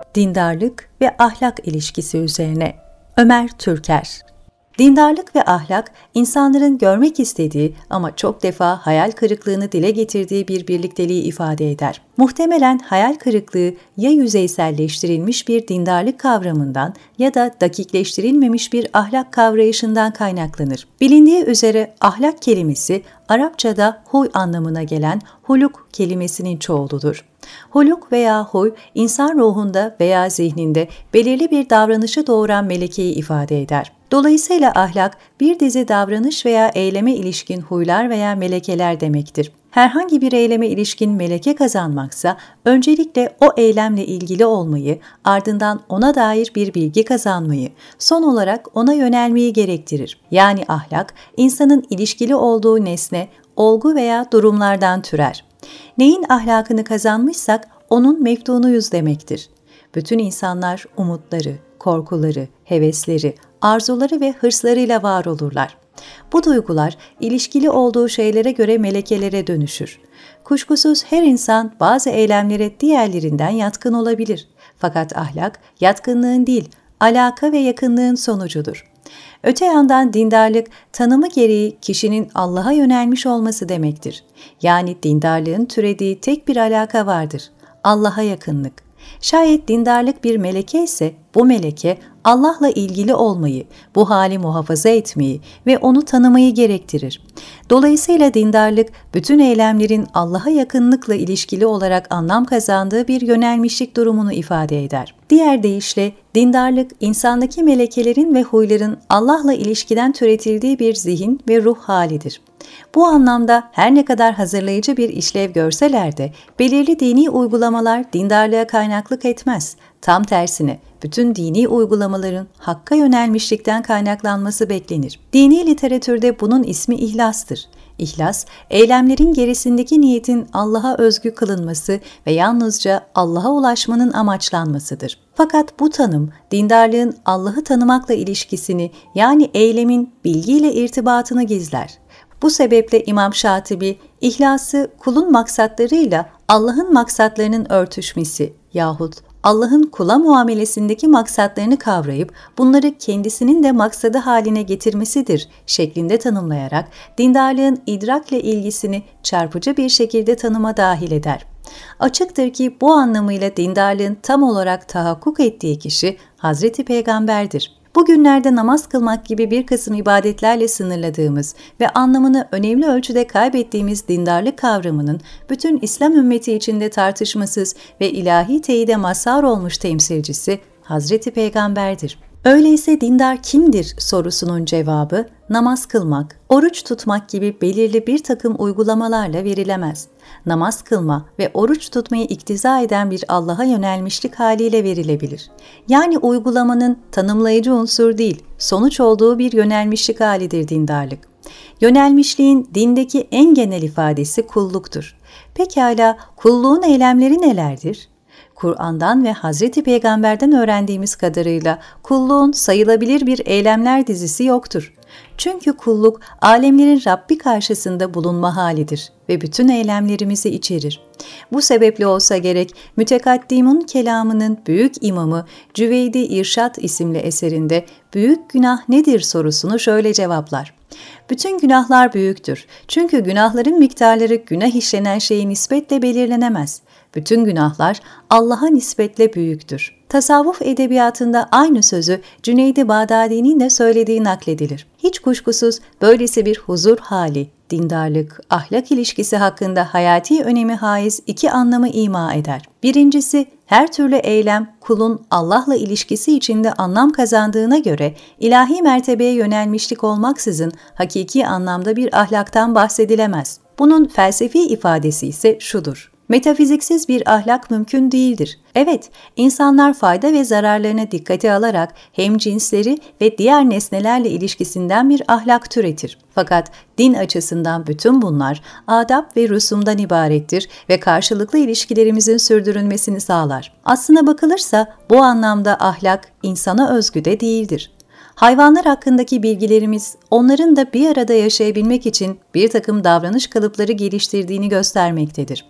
Dindarlık ve ahlak ilişkisi üzerine. Ömer Türker. Dindarlık ve ahlak, insanların görmek istediği ama çok defa hayal kırıklığını dile getirdiği bir birlikteliği ifade eder. Muhtemelen hayal kırıklığı ya yüzeyselleştirilmiş bir dindarlık kavramından ya da dakikleştirilmemiş bir ahlak kavrayışından kaynaklanır. Bilindiği üzere ahlak kelimesi Arapçada huy anlamına gelen huluk kelimesinin çoğuludur. Huluk veya huy, insan ruhunda veya zihninde belirli bir davranışı doğuran melekeyi ifade eder. Dolayısıyla ahlak, bir dizi davranış veya eyleme ilişkin huylar veya melekeler demektir. Herhangi bir eyleme ilişkin meleke kazanmaksa, öncelikle o eylemle ilgili olmayı, ardından ona dair bir bilgi kazanmayı, son olarak ona yönelmeyi gerektirir. Yani ahlak, insanın ilişkili olduğu nesne, olgu veya durumlardan türer. Neyin ahlakını kazanmışsak, onun meftunuyuz demektir. Bütün insanlar umutları, korkuları, hevesleri, arzuları ve hırslarıyla var olurlar. Bu duygular ilişkili olduğu şeylere göre melekelere dönüşür. Kuşkusuz her insan bazı eylemlere diğerlerinden yatkın olabilir. Fakat ahlak, yatkınlığın değil, alaka ve yakınlığın sonucudur. Öte yandan dindarlık, tanımı gereği kişinin Allah'a yönelmiş olması demektir. Yani dindarlığın türediği tek bir alaka vardır, Allah'a yakınlık. Şayet dindarlık bir meleke ise bu meleke Allah'la ilgili olmayı, bu hali muhafaza etmeyi ve onu tanımayı gerektirir. Dolayısıyla dindarlık bütün eylemlerin Allah'a yakınlıkla ilişkili olarak anlam kazandığı bir yönelmişlik durumunu ifade eder. Diğer deyişle dindarlık insandaki melekelerin ve huyların Allah'la ilişkiden türetildiği bir zihin ve ruh halidir. Bu anlamda her ne kadar hazırlayıcı bir işlev görseler de belirli dini uygulamalar dindarlığa kaynaklık etmez. Tam tersine bütün dini uygulamaların hakka yönelmişlikten kaynaklanması beklenir. Dini literatürde bunun ismi ihlastır. İhlas, eylemlerin gerisindeki niyetin Allah'a özgü kılınması ve yalnızca Allah'a ulaşmanın amaçlanmasıdır. Fakat bu tanım, dindarlığın Allah'ı tanımakla ilişkisini, yani eylemin bilgiyle irtibatını gizler. Bu sebeple İmam Şatibi, ihlası kulun maksatlarıyla Allah'ın maksatlarının örtüşmesi yahut Allah'ın kula muamelesindeki maksatlarını kavrayıp bunları kendisinin de maksadı haline getirmesidir şeklinde tanımlayarak dindarlığın idrakle ilgisini çarpıcı bir şekilde tanıma dahil eder. Açıktır ki bu anlamıyla dindarlığın tam olarak tahakkuk ettiği kişi Hazreti Peygamber'dir. Bugünlerde namaz kılmak gibi bir kısım ibadetlerle sınırladığımız ve anlamını önemli ölçüde kaybettiğimiz dindarlık kavramının bütün İslam ümmeti içinde tartışmasız ve ilahi teyide mazhar olmuş temsilcisi Hazreti Peygamber'dir. Öyleyse dindar kimdir sorusunun cevabı namaz kılmak, oruç tutmak gibi belirli bir takım uygulamalarla verilemez. Namaz kılma ve oruç tutmayı iktiza eden bir Allah'a yönelmişlik haliyle verilebilir. Yani uygulamanın tanımlayıcı unsur değil, sonuç olduğu bir yönelmişlik halidir dindarlık. Yönelmişliğin dindeki en genel ifadesi kulluktur. Pekala kulluğun eylemleri nelerdir? Kur'an'dan ve Hazreti Peygamber'den öğrendiğimiz kadarıyla kulluğun sayılabilir bir eylemler dizisi yoktur. Çünkü kulluk, alemlerin Rabbi karşısında bulunma halidir ve bütün eylemlerimizi içerir. Bu sebeple olsa gerek Mütekaddimun kelamının büyük imamı Cüveydi İrşad isimli eserinde büyük günah nedir sorusunu şöyle cevaplar. Bütün günahlar büyüktür. Çünkü günahların miktarları günah işlenen şeye nispetle belirlenemez. Bütün günahlar Allah'a nispetle büyüktür. Tasavvuf edebiyatında aynı sözü Cüneyd-i Bağdadi'nin de söylediği nakledilir. Hiç kuşkusuz böylesi bir huzur hali, dindarlık, ahlak ilişkisi hakkında hayati önemi haiz iki anlamı ima eder. Birincisi, her türlü eylem kulun Allah'la ilişkisi içinde anlam kazandığına göre ilahi mertebeye yönelmişlik olmaksızın hakiki anlamda bir ahlaktan bahsedilemez. Bunun felsefi ifadesi ise şudur. Metafiziksiz bir ahlak mümkün değildir. Evet, insanlar fayda ve zararlarına dikkate alarak hem cinsleri ve diğer nesnelerle ilişkisinden bir ahlak türetir. Fakat din açısından bütün bunlar adab ve rüsumdan ibarettir ve karşılıklı ilişkilerimizin sürdürülmesini sağlar. Aslına bakılırsa bu anlamda ahlak insana özgü de değildir. Hayvanlar hakkındaki bilgilerimiz onların da bir arada yaşayabilmek için bir takım davranış kalıpları geliştirdiğini göstermektedir.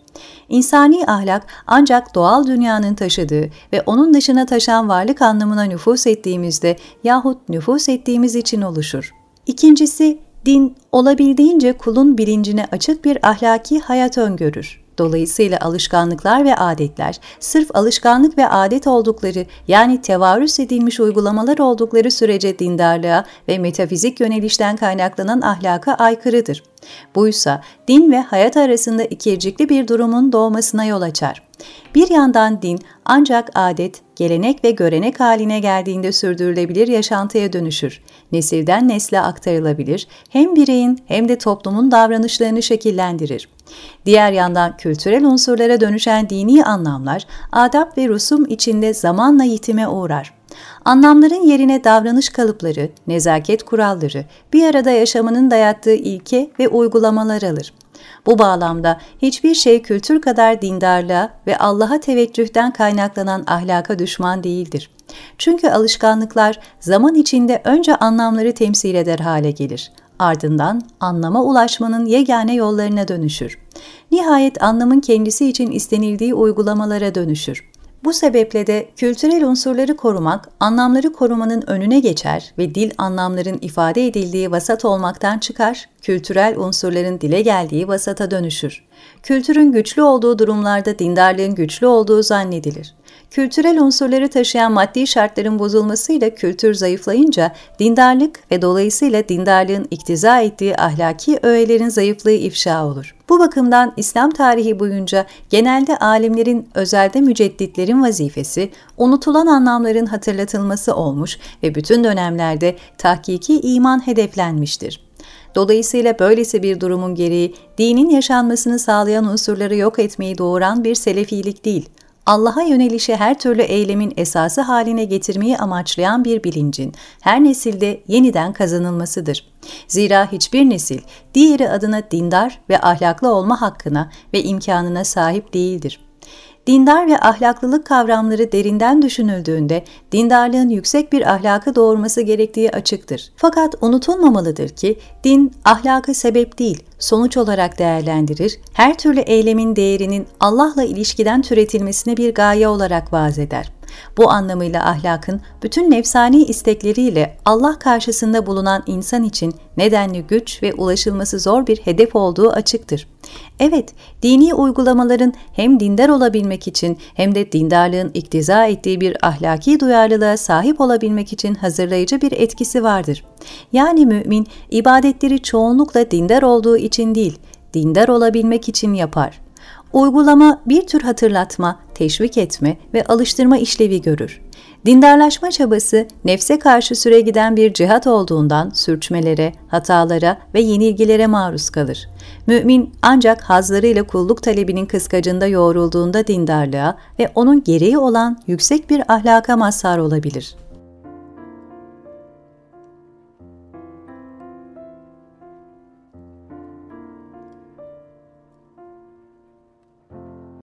İnsani ahlak ancak doğal dünyanın taşıdığı ve onun dışına taşan varlık anlamına nüfuz ettiğimizde yahut nüfuz ettiğimiz için oluşur. İkincisi, din olabildiğince kulun bilincine açık bir ahlaki hayat öngörür. Dolayısıyla alışkanlıklar ve adetler, sırf alışkanlık ve adet oldukları, yani tevarüs edilmiş uygulamalar oldukları sürece dindarlığa ve metafizik yönelişten kaynaklanan ahlaka aykırıdır. Buysa din ve hayat arasında ikircikli bir durumun doğmasına yol açar. Bir yandan din ancak adet, gelenek ve görenek haline geldiğinde sürdürülebilir yaşantıya dönüşür. Nesilden nesle aktarılabilir, hem bireyin hem de toplumun davranışlarını şekillendirir. Diğer yandan kültürel unsurlara dönüşen dini anlamlar, adab ve rusum içinde zamanla yitime uğrar. Anlamların yerine davranış kalıpları, nezaket kuralları, bir arada yaşamanın dayattığı ilke ve uygulamalar alır. Bu bağlamda hiçbir şey kültür kadar dindarlığa ve Allah'a teveccühten kaynaklanan ahlaka düşman değildir. Çünkü alışkanlıklar zaman içinde önce anlamları temsil eder hale gelir. Ardından anlama ulaşmanın yegane yollarına dönüşür. Nihayet anlamın kendisi için istenildiği uygulamalara dönüşür. Bu sebeple de kültürel unsurları korumak, anlamları korumanın önüne geçer ve dil anlamların ifade edildiği vasat olmaktan çıkar, kültürel unsurların dile geldiği vasata dönüşür. Kültürün güçlü olduğu durumlarda dindarlığın güçlü olduğu zannedilir. Kültürel unsurları taşıyan maddi şartların bozulmasıyla kültür zayıflayınca dindarlık ve dolayısıyla dindarlığın iktiza ettiği ahlaki öğelerin zayıflığı ifşa olur. Bu bakımdan İslam tarihi boyunca genelde alimlerin, özelde mücedditlerin vazifesi unutulan anlamların hatırlatılması olmuş ve bütün dönemlerde tahkiki iman hedeflenmiştir. Dolayısıyla böylesi bir durumun gereği dinin yaşanmasını sağlayan unsurları yok etmeyi doğuran bir selefilik değil, Allah'a yönelişi her türlü eylemin esası haline getirmeyi amaçlayan bir bilincin her nesilde yeniden kazanılmasıdır. Zira hiçbir nesil diğeri adına dindar ve ahlaklı olma hakkına ve imkanına sahip değildir. Dindar ve ahlaklılık kavramları derinden düşünüldüğünde dindarlığın yüksek bir ahlakı doğurması gerektiği açıktır. Fakat unutulmamalıdır ki din ahlaka sebep değil, sonuç olarak değerlendirir, her türlü eylemin değerinin Allah'la ilişkiden türetilmesine bir gaye olarak vaaz eder. Bu anlamıyla ahlakın bütün nefsani istekleriyle Allah karşısında bulunan insan için nedenli güç ve ulaşılması zor bir hedef olduğu açıktır. Evet, dini uygulamaların hem dindar olabilmek için hem de dindarlığın iktiza ettiği bir ahlaki duyarlılığa sahip olabilmek için hazırlayıcı bir etkisi vardır. Yani mümin, ibadetleri çoğunlukla dindar olduğu için değil, dindar olabilmek için yapar. Uygulama bir tür hatırlatma, teşvik etme ve alıştırma işlevi görür. Dindarlaşma çabası nefse karşı süre giden bir cihat olduğundan sürçmelere, hatalara ve yenilgilere maruz kalır. Mümin ancak hazlarıyla kulluk talebinin kıskacında yoğrulduğunda dindarlığa ve onun gereği olan yüksek bir ahlaka mazhar olabilir.